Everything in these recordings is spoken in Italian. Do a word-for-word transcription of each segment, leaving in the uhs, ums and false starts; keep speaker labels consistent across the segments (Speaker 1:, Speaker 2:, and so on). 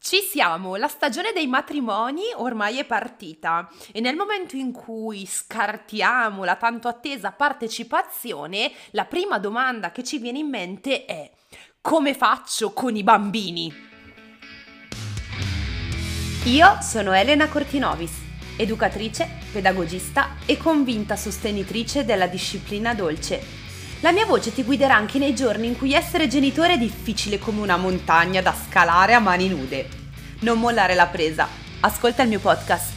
Speaker 1: Ci siamo, la stagione dei matrimoni ormai è partita e nel momento in cui scartiamo la tanto attesa partecipazione, la prima domanda che ci viene in mente è: come faccio con i bambini? Io sono Elena Cortinovis, educatrice, pedagogista e convinta sostenitrice della disciplina dolce. La mia voce ti guiderà anche nei giorni in cui essere genitore è difficile come una montagna da scalare a mani nude. Non mollare la presa. Ascolta il mio podcast.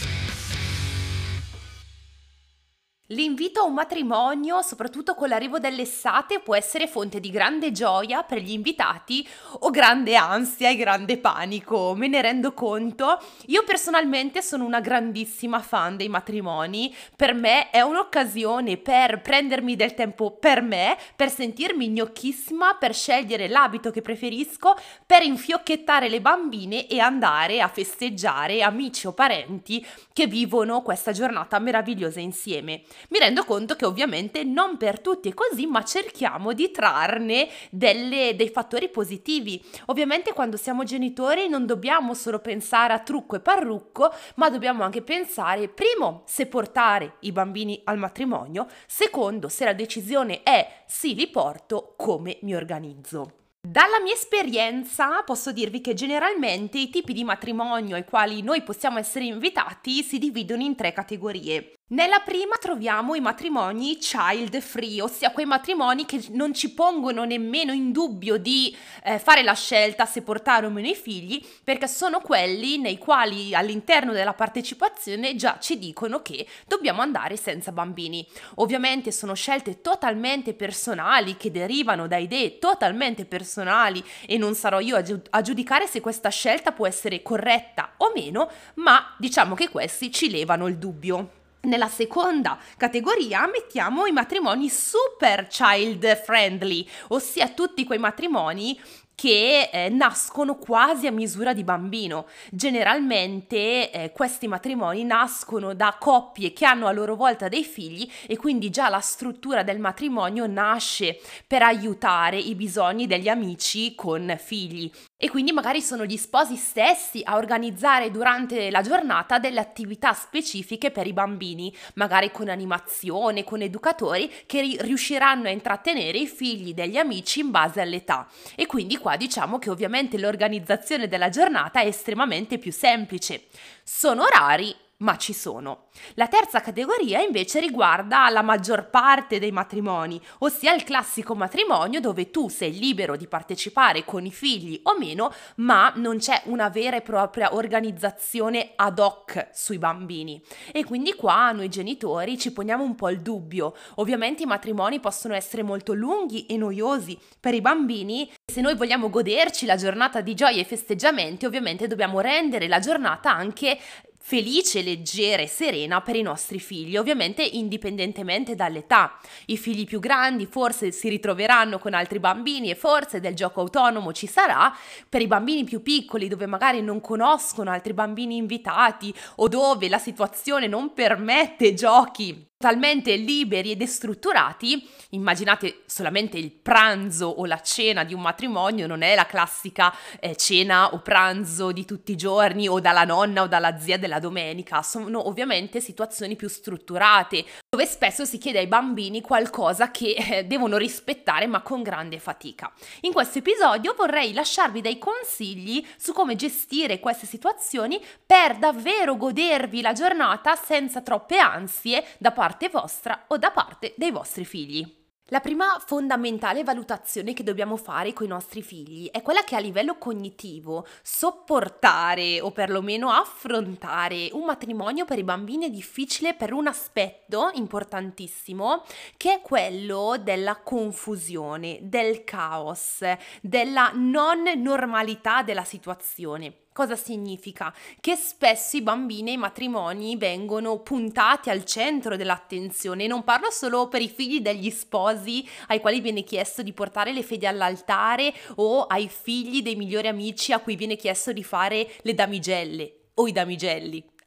Speaker 1: L'invito a un matrimonio, soprattutto con l'arrivo dell'estate, può essere fonte di grande gioia per gli invitati o grande ansia e grande panico, me ne rendo conto. Io personalmente sono una grandissima fan dei matrimoni, per me è un'occasione per prendermi del tempo per me, per sentirmi gnocchissima, per scegliere l'abito che preferisco, per infiocchettare le bambine e andare a festeggiare amici o parenti che vivono questa giornata meravigliosa insieme. Mi rendo conto che ovviamente non per tutti è così, ma cerchiamo di trarne delle, dei fattori positivi. Ovviamente quando siamo genitori non dobbiamo solo pensare a trucco e parrucco, ma dobbiamo anche pensare, primo, se portare i bambini al matrimonio, secondo, se la decisione è sì, li porto, come mi organizzo. Dalla mia esperienza posso dirvi che generalmente i tipi di matrimonio ai quali noi possiamo essere invitati si dividono in tre categorie. Nella prima troviamo i matrimoni child free, ossia quei matrimoni che non ci pongono nemmeno in dubbio di eh, fare la scelta se portare o meno i figli, perché sono quelli nei quali all'interno della partecipazione già ci dicono che dobbiamo andare senza bambini. Ovviamente sono scelte totalmente personali che derivano da idee totalmente personali e non sarò io a, giu- a giudicare se questa scelta può essere corretta o meno, ma diciamo che questi ci levano il dubbio. Nella seconda categoria mettiamo i matrimoni super child friendly, ossia tutti quei matrimoni che eh, nascono quasi a misura di bambino. Generalmente eh, questi matrimoni nascono da coppie che hanno a loro volta dei figli e quindi già la struttura del matrimonio nasce per aiutare i bisogni degli amici con figli. E quindi magari sono gli sposi stessi a organizzare durante la giornata delle attività specifiche per i bambini, magari con animazione, con educatori che ri- riusciranno a intrattenere i figli degli amici in base all'età. E quindi qua diciamo che ovviamente l'organizzazione della giornata è estremamente più semplice. Sono rari, ma ci sono. La terza categoria invece riguarda la maggior parte dei matrimoni, ossia il classico matrimonio dove tu sei libero di partecipare con i figli o meno, ma non c'è una vera e propria organizzazione ad hoc sui bambini. E quindi qua noi genitori ci poniamo un po' il dubbio. Ovviamente i matrimoni possono essere molto lunghi e noiosi per i bambini. Se noi vogliamo goderci la giornata di gioia e festeggiamenti, ovviamente dobbiamo rendere la giornata anche felice, leggera e serena per i nostri figli, ovviamente indipendentemente dall'età. I figli più grandi forse si ritroveranno con altri bambini e forse del gioco autonomo ci sarà. Per i bambini più piccoli, dove magari non conoscono altri bambini invitati o dove la situazione non permette giochi totalmente liberi e destrutturati, immaginate solamente il pranzo o la cena di un matrimonio, non è la classica eh, cena o pranzo di tutti i giorni o dalla nonna o dalla zia della domenica, sono ovviamente situazioni più strutturate, dove spesso si chiede ai bambini qualcosa che eh, devono rispettare ma con grande fatica. In questo episodio vorrei lasciarvi dei consigli su come gestire queste situazioni per davvero godervi la giornata senza troppe ansie da parte vostra o da parte dei vostri figli. La prima fondamentale valutazione che dobbiamo fare con i nostri figli è quella che a livello cognitivo sopportare o perlomeno affrontare un matrimonio per i bambini è difficile per un aspetto importantissimo, che è quello della confusione, del caos, della non normalità della situazione. Cosa significa? Che spesso i bambini e i matrimoni vengono puntati al centro dell'attenzione. Non parlo solo per i figli degli sposi ai quali viene chiesto di portare le fedi all'altare o ai figli dei migliori amici a cui viene chiesto di fare le damigelle o i damigelli.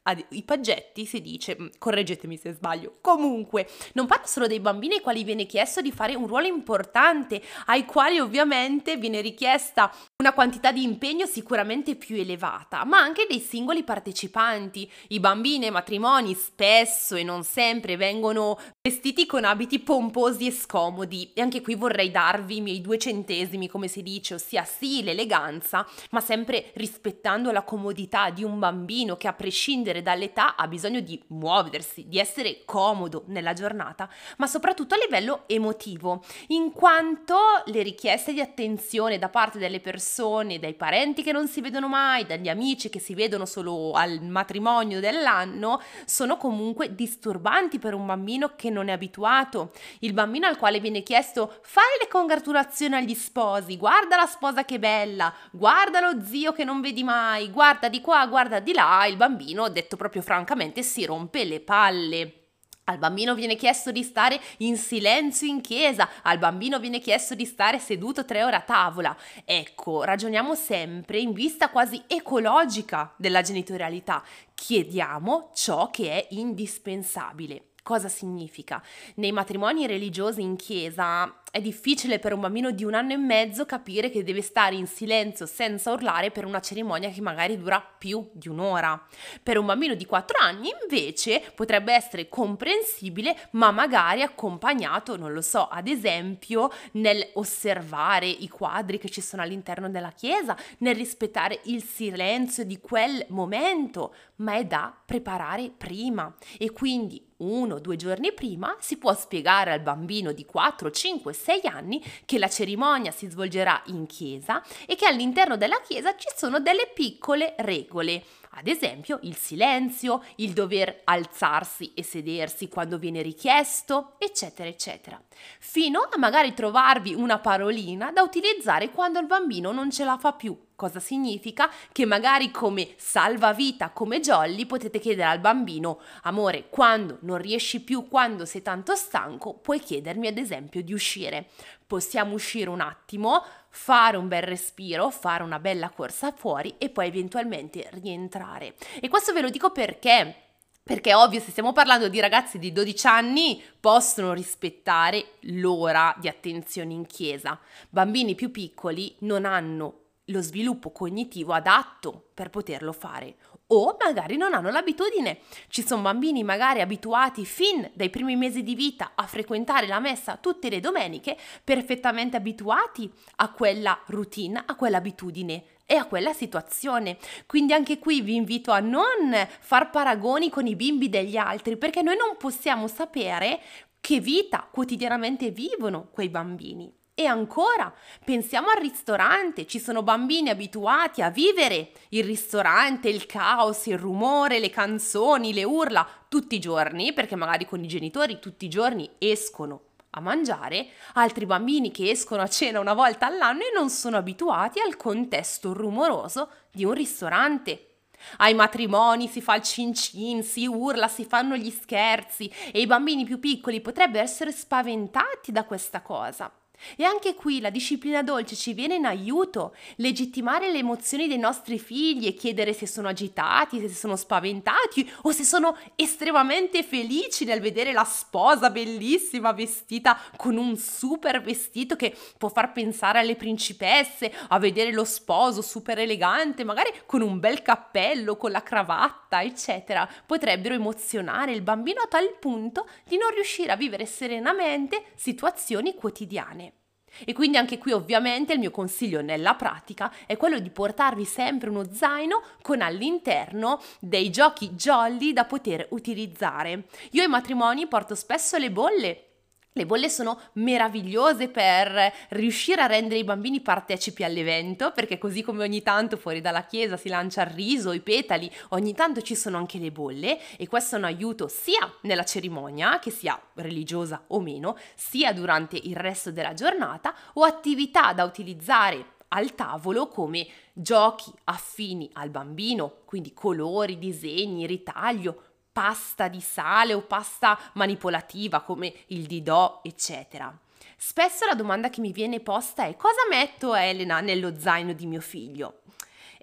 Speaker 1: ad- i paggetti si dice, mm, correggetemi se sbaglio, comunque non parlo solo dei bambini ai quali viene chiesto di fare un ruolo importante, ai quali ovviamente viene richiesta una quantità di impegno sicuramente più elevata, ma anche dei singoli partecipanti. I bambini ai matrimoni spesso e non sempre vengono vestiti con abiti pomposi e scomodi, e anche qui vorrei darvi i miei due centesimi, come si dice, ossia sì l'eleganza, ma sempre rispettando la comodità di un bambino che, a prescindere dall'età, ha bisogno di muoversi, di essere comodo nella giornata, ma soprattutto a livello emotivo, in quanto le richieste di attenzione da parte delle persone, dai parenti che non si vedono mai, dagli amici che si vedono solo al matrimonio dell'anno, sono comunque disturbanti per un bambino che non è abituato. Il bambino al quale viene chiesto: fai le congratulazioni agli sposi, guarda la sposa che bella, guarda lo zio che non vedi mai, guarda di qua, guarda di là, il bambino, detto proprio francamente, si rompe le palle. Al bambino viene chiesto di stare in silenzio in chiesa, al bambino viene chiesto di stare seduto tre ore a tavola. Ecco, ragioniamo sempre in vista quasi ecologica della genitorialità. Chiediamo ciò che è indispensabile. Cosa significa? Nei matrimoni religiosi in chiesa è difficile per un bambino di un anno e mezzo capire che deve stare in silenzio senza urlare per una cerimonia che magari dura più di un'ora. Per un bambino di quattro anni invece potrebbe essere comprensibile, ma magari accompagnato, non lo so, ad esempio nel osservare i quadri che ci sono all'interno della chiesa, nel rispettare il silenzio di quel momento, ma è da preparare prima, e quindi uno o due giorni prima si può spiegare al bambino di quattro, cinque, sei anni che la cerimonia si svolgerà in chiesa e che all'interno della chiesa ci sono delle piccole regole. Ad esempio il silenzio, il dover alzarsi e sedersi quando viene richiesto, eccetera, eccetera. Fino a magari trovarvi una parolina da utilizzare quando il bambino non ce la fa più. Cosa significa? Che magari come salvavita, come jolly, potete chiedere al bambino: amore, quando non riesci più, quando sei tanto stanco, puoi chiedermi ad esempio di uscire. Possiamo uscire un attimo, fare un bel respiro, fare una bella corsa fuori e poi eventualmente rientrare. E questo ve lo dico perché... Perché è ovvio, se stiamo parlando di ragazzi di dodici anni, possono rispettare l'ora di attenzione in chiesa. Bambini più piccoli non hanno lo sviluppo cognitivo adatto per poterlo fare, o magari non hanno l'abitudine. Ci sono bambini magari abituati fin dai primi mesi di vita a frequentare la messa tutte le domeniche, perfettamente abituati a quella routine, a quell'abitudine e a quella situazione. Quindi anche qui vi invito a non far paragoni con i bimbi degli altri, perché noi non possiamo sapere che vita quotidianamente vivono quei bambini. E ancora, pensiamo al ristorante, ci sono bambini abituati a vivere il ristorante, il caos, il rumore, le canzoni, le urla tutti i giorni, perché magari con i genitori tutti i giorni escono a mangiare, altri bambini che escono a cena una volta all'anno e non sono abituati al contesto rumoroso di un ristorante. Ai matrimoni si fa il cin cin, si urla, si fanno gli scherzi, e i bambini più piccoli potrebbero essere spaventati da questa cosa. E anche qui la disciplina dolce ci viene in aiuto, legittimare le emozioni dei nostri figli e chiedere se sono agitati, se sono spaventati o se sono estremamente felici nel vedere la sposa bellissima vestita con un super vestito che può far pensare alle principesse, a vedere lo sposo super elegante, magari con un bel cappello, con la cravatta, eccetera. Potrebbero emozionare il bambino a tal punto di non riuscire a vivere serenamente situazioni quotidiane. E quindi anche qui ovviamente il mio consiglio nella pratica è quello di portarvi sempre uno zaino con all'interno dei giochi jolly da poter utilizzare. Io ai matrimoni porto spesso le bolle. Le bolle sono meravigliose per riuscire a rendere i bambini partecipi all'evento, perché così come ogni tanto fuori dalla chiesa si lancia il riso, i petali, ogni tanto ci sono anche le bolle, e questo è un aiuto sia nella cerimonia, che sia religiosa o meno, sia durante il resto della giornata, o attività da utilizzare al tavolo come giochi affini al bambino, quindi colori, disegni, ritaglio, pasta di sale o pasta manipolativa come il didò, eccetera. Spesso la domanda che mi viene posta è: cosa metto, Elena, nello zaino di mio figlio?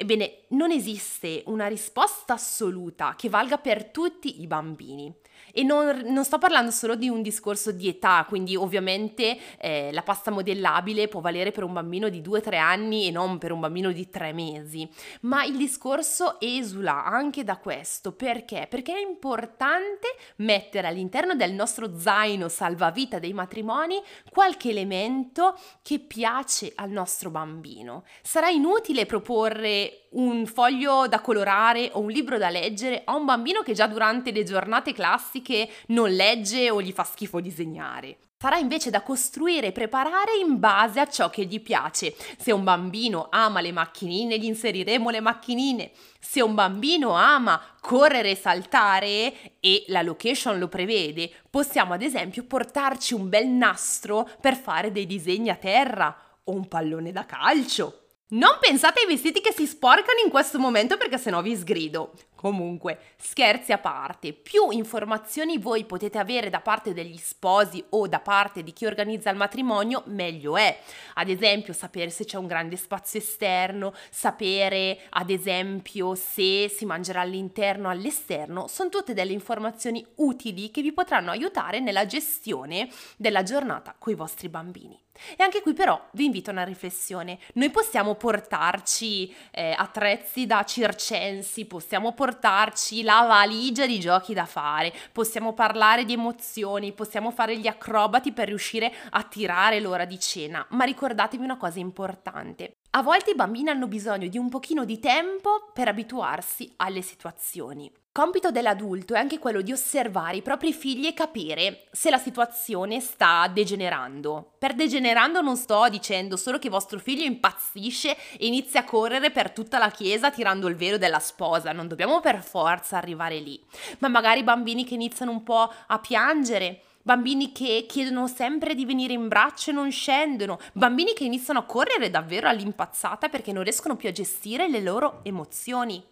Speaker 1: Ebbene, non esiste una risposta assoluta che valga per tutti i bambini. E non, non sto parlando solo di un discorso di età, quindi ovviamente eh, la pasta modellabile può valere per un bambino di due tre anni e non per un bambino di tre mesi, ma il discorso esula anche da questo. Perché? Perché è importante mettere all'interno del nostro zaino salvavita dei matrimoni qualche elemento che piace al nostro bambino. Sarà inutile proporre un foglio da colorare o un libro da leggere a un bambino che già durante le giornate classiche non legge o gli fa schifo disegnare. Sarà invece da costruire e preparare in base a ciò che gli piace. Se un bambino ama le macchinine, gli inseriremo le macchinine. Se un bambino ama correre e saltare e la location lo prevede, possiamo ad esempio portarci un bel nastro per fare dei disegni a terra o un pallone da calcio. Non pensate ai vestiti che si sporcano in questo momento perché sennò vi sgrido. Comunque, scherzi a parte, più informazioni voi potete avere da parte degli sposi o da parte di chi organizza il matrimonio, meglio è. Ad esempio, sapere se c'è un grande spazio esterno, sapere ad esempio se si mangerà all'interno o all'esterno, sono tutte delle informazioni utili che vi potranno aiutare nella gestione della giornata con i vostri bambini. E anche qui però vi invito a una riflessione. Noi possiamo portarci eh, attrezzi da circensi, possiamo portarci la valigia di giochi da fare, possiamo parlare di emozioni, possiamo fare gli acrobati per riuscire a tirare l'ora di cena, ma ricordatevi una cosa importante. A volte i bambini hanno bisogno di un pochino di tempo per abituarsi alle situazioni. Compito dell'adulto è anche quello di osservare i propri figli e capire se la situazione sta degenerando. Per degenerando non sto dicendo solo che vostro figlio impazzisce e inizia a correre per tutta la chiesa tirando il velo della sposa, non dobbiamo per forza arrivare lì, ma magari bambini che iniziano un po' a piangere, bambini che chiedono sempre di venire in braccio e non scendono, bambini che iniziano a correre davvero all'impazzata perché non riescono più a gestire le loro emozioni.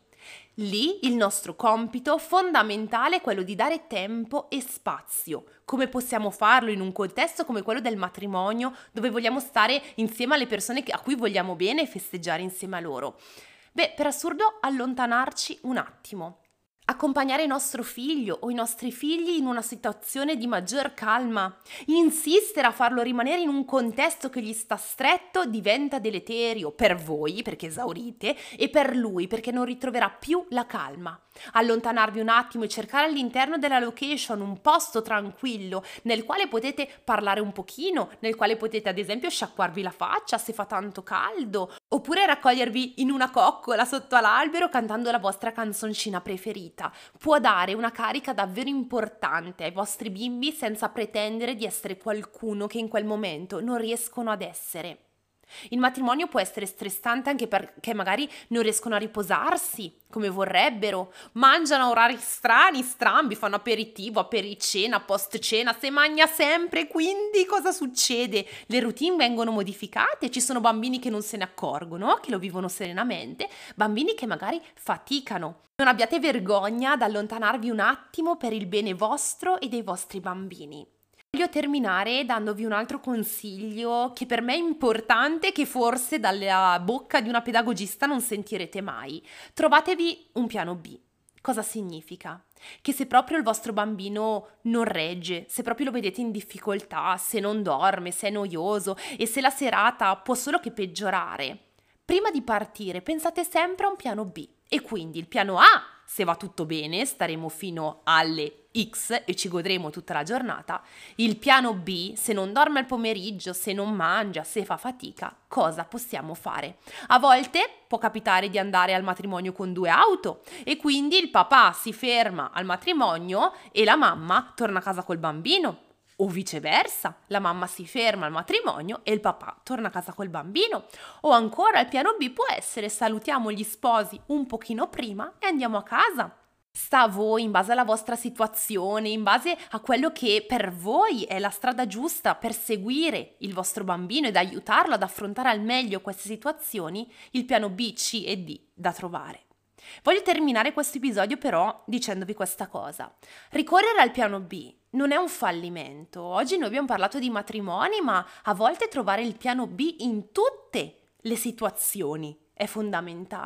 Speaker 1: Lì il nostro compito fondamentale è quello di dare tempo e spazio. Come possiamo farlo in un contesto come quello del matrimonio, dove vogliamo stare insieme alle persone a cui vogliamo bene e festeggiare insieme a loro? Beh, per assurdo, allontanarci un attimo. Accompagnare il nostro figlio o i nostri figli in una situazione di maggior calma, insistere a farlo rimanere in un contesto che gli sta stretto diventa deleterio per voi perché esaurite e per lui perché non ritroverà più la calma. Allontanarvi un attimo e cercare all'interno della location un posto tranquillo nel quale potete parlare un pochino, nel quale potete ad esempio sciacquarvi la faccia se fa tanto caldo, oppure raccogliervi in una coccola sotto all'albero cantando la vostra canzoncina preferita. Può dare una carica davvero importante ai vostri bimbi senza pretendere di essere qualcuno che in quel momento non riescono ad essere. Il matrimonio può essere stressante anche perché magari non riescono a riposarsi come vorrebbero, mangiano a orari strani, strambi, fanno aperitivo, apericena, post cena, se mangia sempre, quindi cosa succede? Le routine vengono modificate, ci sono bambini che non se ne accorgono, che lo vivono serenamente, bambini che magari faticano. Non abbiate vergogna ad allontanarvi un attimo per il bene vostro e dei vostri bambini. Voglio terminare dandovi un altro consiglio che per me è importante, che forse dalla bocca di una pedagogista non sentirete mai. Trovatevi un piano B. Cosa significa? Che se proprio il vostro bambino non regge, se proprio lo vedete in difficoltà, se non dorme, se è noioso e se la serata può solo che peggiorare, prima di partire pensate sempre a un piano B. E quindi il piano A, se va tutto bene, staremo fino alle X e ci godremo tutta la giornata. Il piano B, se non dorme al pomeriggio, se non mangia, se fa fatica, cosa possiamo fare? A volte può capitare di andare al matrimonio con due auto e quindi il papà si ferma al matrimonio e la mamma torna a casa col bambino. O viceversa, la mamma si ferma al matrimonio e il papà torna a casa col bambino. O ancora il piano B può essere: salutiamo gli sposi un pochino prima e andiamo a casa. Sta a voi, in base alla vostra situazione, in base a quello che per voi è la strada giusta per seguire il vostro bambino ed aiutarlo ad affrontare al meglio queste situazioni, il piano B, C e D da trovare. Voglio terminare questo episodio però dicendovi questa cosa. Ricorrere al piano B non è un fallimento. Oggi noi abbiamo parlato di matrimoni, ma a volte trovare il piano B in tutte le situazioni è fondamentale.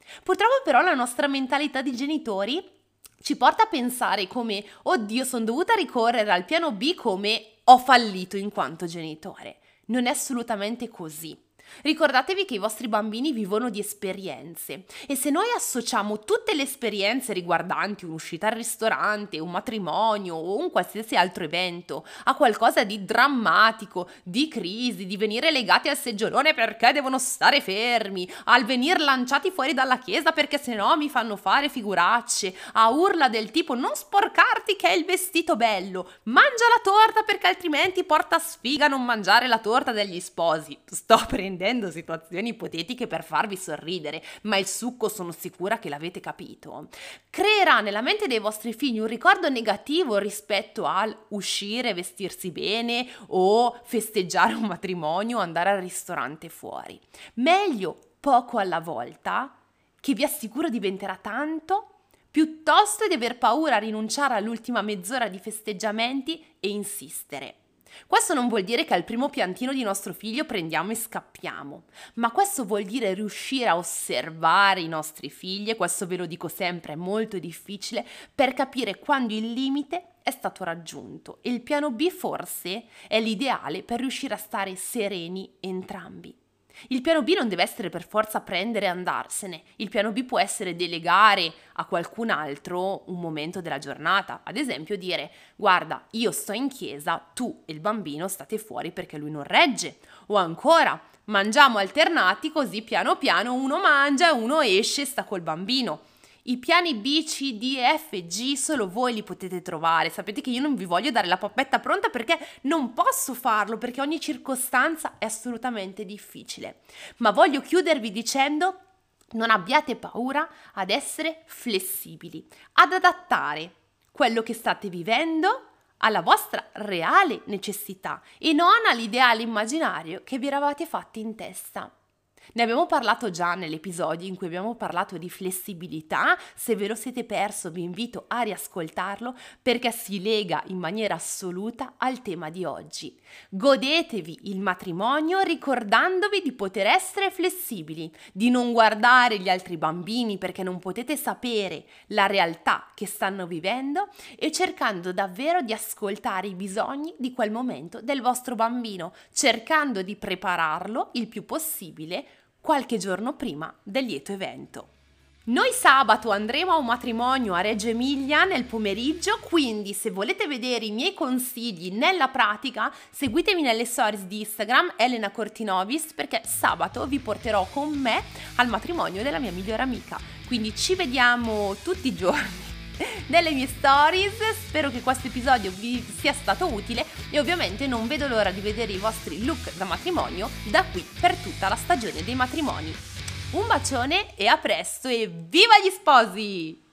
Speaker 1: Purtroppo però la nostra mentalità di genitori ci porta a pensare come, oddio, sono dovuta ricorrere al piano B come ho fallito in quanto genitore. Non è assolutamente così. Ricordatevi che i vostri bambini vivono di esperienze e se noi associamo tutte le esperienze riguardanti un'uscita al ristorante, un matrimonio o un qualsiasi altro evento a qualcosa di drammatico, di crisi, di venire legati al seggiolone perché devono stare fermi, al venir lanciati fuori dalla chiesa perché sennò mi fanno fare figuracce, a urla del tipo non sporcarti che è il vestito bello, mangia la torta perché altrimenti porta sfiga non mangiare la torta degli sposi. Sto prendendo situazioni ipotetiche per farvi sorridere, ma il succo sono sicura che l'avete capito. Creerà nella mente dei vostri figli un ricordo negativo rispetto al uscire, vestirsi bene o festeggiare un matrimonio o andare al ristorante fuori. Meglio poco alla volta, che vi assicuro diventerà tanto, piuttosto di aver paura a rinunciare all'ultima mezz'ora di festeggiamenti e insistere. Questo non vuol dire che al primo piantino di nostro figlio prendiamo e scappiamo, ma questo vuol dire riuscire a osservare i nostri figli, e questo ve lo dico sempre, è molto difficile, per capire quando il limite è stato raggiunto e il piano B forse è l'ideale per riuscire a stare sereni entrambi. Il piano B non deve essere per forza prendere e andarsene, il piano B può essere delegare a qualcun altro un momento della giornata, ad esempio dire guarda io sto in chiesa, tu e il bambino state fuori perché lui non regge, o ancora mangiamo alternati così piano piano uno mangia e uno esce e sta col bambino. I piani B, C, D, F, G solo voi li potete trovare. Sapete che io non vi voglio dare la pappetta pronta perché non posso farlo, perché ogni circostanza è assolutamente difficile. Ma voglio chiudervi dicendo non abbiate paura ad essere flessibili, ad adattare quello che state vivendo alla vostra reale necessità e non all'ideale immaginario che vi eravate fatti in testa. Ne abbiamo parlato già nell'episodio in cui abbiamo parlato di flessibilità, se ve lo siete perso vi invito a riascoltarlo perché si lega in maniera assoluta al tema di oggi. Godetevi il matrimonio ricordandovi di poter essere flessibili, di non guardare gli altri bambini perché non potete sapere la realtà che stanno vivendo e cercando davvero di ascoltare i bisogni di quel momento del vostro bambino, cercando di prepararlo il più possibile qualche giorno prima del lieto evento. Noi sabato andremo a un matrimonio a Reggio Emilia nel pomeriggio, quindi se volete vedere i miei consigli nella pratica, seguitemi nelle stories di Instagram Elena Cortinovis perché sabato vi porterò con me al matrimonio della mia migliore amica. Quindi ci vediamo tutti i giorni nelle mie stories, spero che questo episodio vi sia stato utile e ovviamente non vedo l'ora di vedere i vostri look da matrimonio da qui per tutta la stagione dei matrimoni. Un bacione e a presto e viva gli sposi!